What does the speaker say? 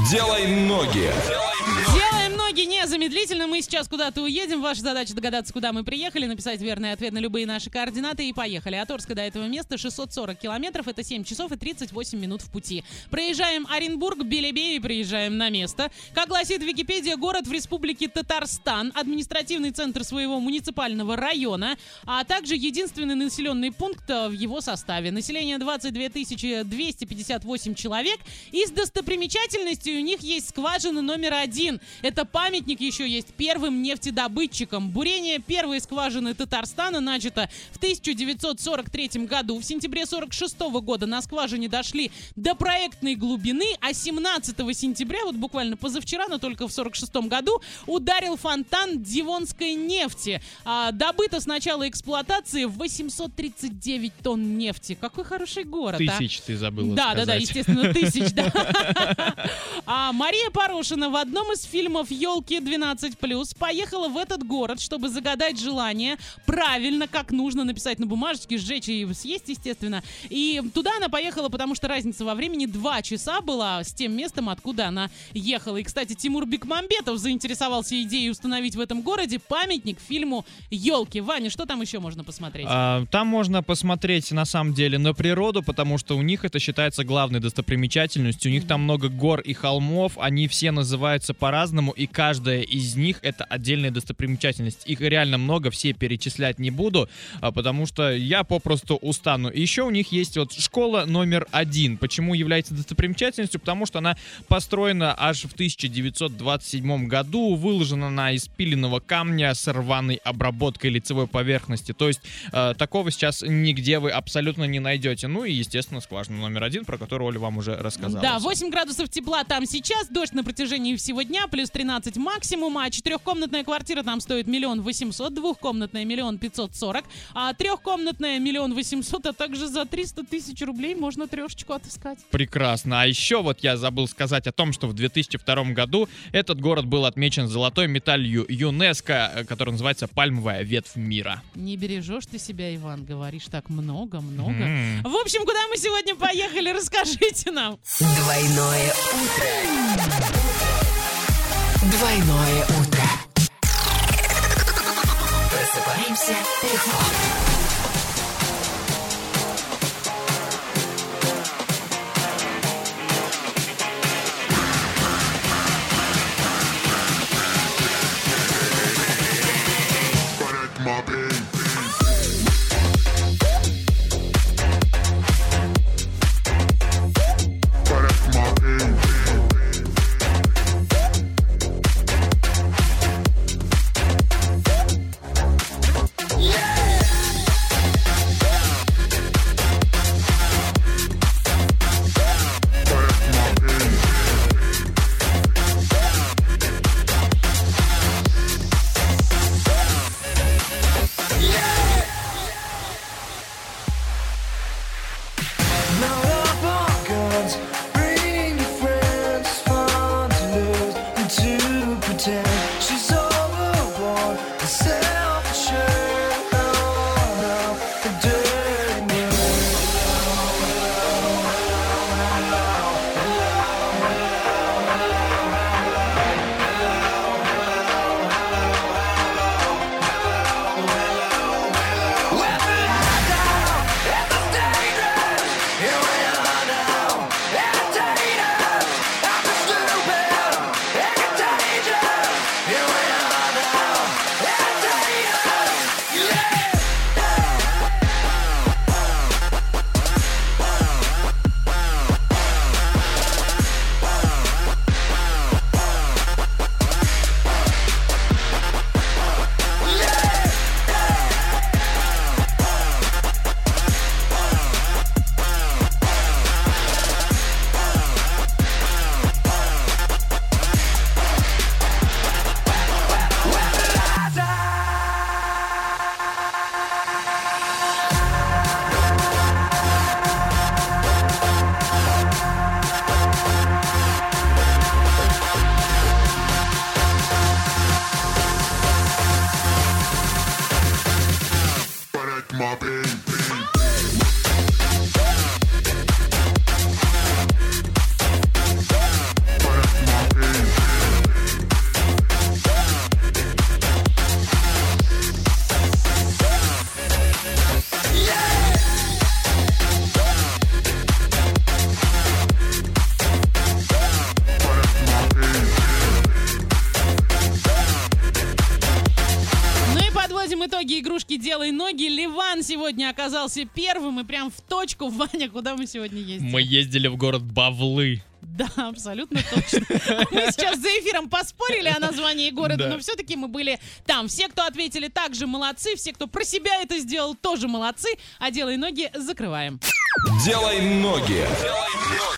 Делай ноги. Делаем ноги незамедлительно. Мы сейчас куда-то уедем. Ваша задача догадаться, куда мы приехали, написать верный ответ на любые наши координаты и поехали. От Орска до этого места 640 километров. Это 7 часов и 38 минут в пути. Проезжаем Оренбург, Белебей и приезжаем на место. Как гласит Википедия, город в республике Татарстан, административный центр своего муниципального района, а также единственный населенный пункт в его составе. Население 22 258 человек. Из достопримечательностей у них есть скважина номер 1. Это памятник еще есть первым нефтедобытчикам. Бурение первой скважины Татарстана начато в 1943 году. В сентябре 1946 года на скважине дошли до проектной глубины, а 17 сентября, вот буквально позавчера, но только в 1946 году, ударил фонтан Дивонской нефти. Добыто с начала эксплуатации 839 тонн нефти. Какой хороший город, Тысяч ты забыла сказать. Да, естественно, тысяч, да. Мария Порошина в одном из фильмов «Елки 12+» поехала в этот город, чтобы загадать желание правильно, как нужно написать на бумажечке, сжечь и съесть, естественно. И туда она поехала, потому что разница во времени 2 часа была с тем местом, откуда она ехала. И, кстати, Тимур Бекмамбетов заинтересовался идеей установить в этом городе памятник фильму «Елки». Ваня, что там еще можно посмотреть? Там можно посмотреть, на самом деле, на природу, потому что у них это считается главной достопримечательностью. У них там много гор и холмов, они все называются по-разному, и каждая из них — это отдельная достопримечательность. Их реально много, все перечислять не буду, потому что я попросту устану. И еще у них есть вот школа номер 1. Почему является достопримечательностью? Потому что она построена аж в 1927 году, выложена на из пиленного камня с рваной обработкой лицевой поверхности. То есть такого сейчас нигде вы абсолютно не найдете. Ну и, естественно, скважина номер 1, про которую Оля вам уже рассказала. Да, 8 градусов тепла там сейчас, дождь на протяжении всего дня, плюс 13 максимум, а 4-комнатная квартира там стоит 1 800 000, 2-комнатная 1 540 000, а 3-комнатная 1 800 000, а также за 300 000 рублей можно трешечку отыскать. Прекрасно. А еще вот я забыл сказать о том, что в 2002 году этот город был отмечен золотой медалью ЮНЕСКО, которая называется «Пальмовая ветвь мира». Не бережешь ты себя, Иван, говоришь так много-много. В общем, куда мы сегодня поехали, расскажите нам. Двойное утро. Двойное утро. Просыпаемся легко. Подводим итоги игрушки «Делай ноги». Ливан сегодня оказался первым и прям в точку. Ваня, куда мы сегодня ездим? Мы ездили в город Бавлы. Да, абсолютно точно. Мы сейчас за эфиром поспорили о названии города, Да. но все-таки мы были там. Все, кто ответили, также молодцы. Все, кто про себя это сделал, тоже молодцы. А «Делай ноги» закрываем. Делай ноги.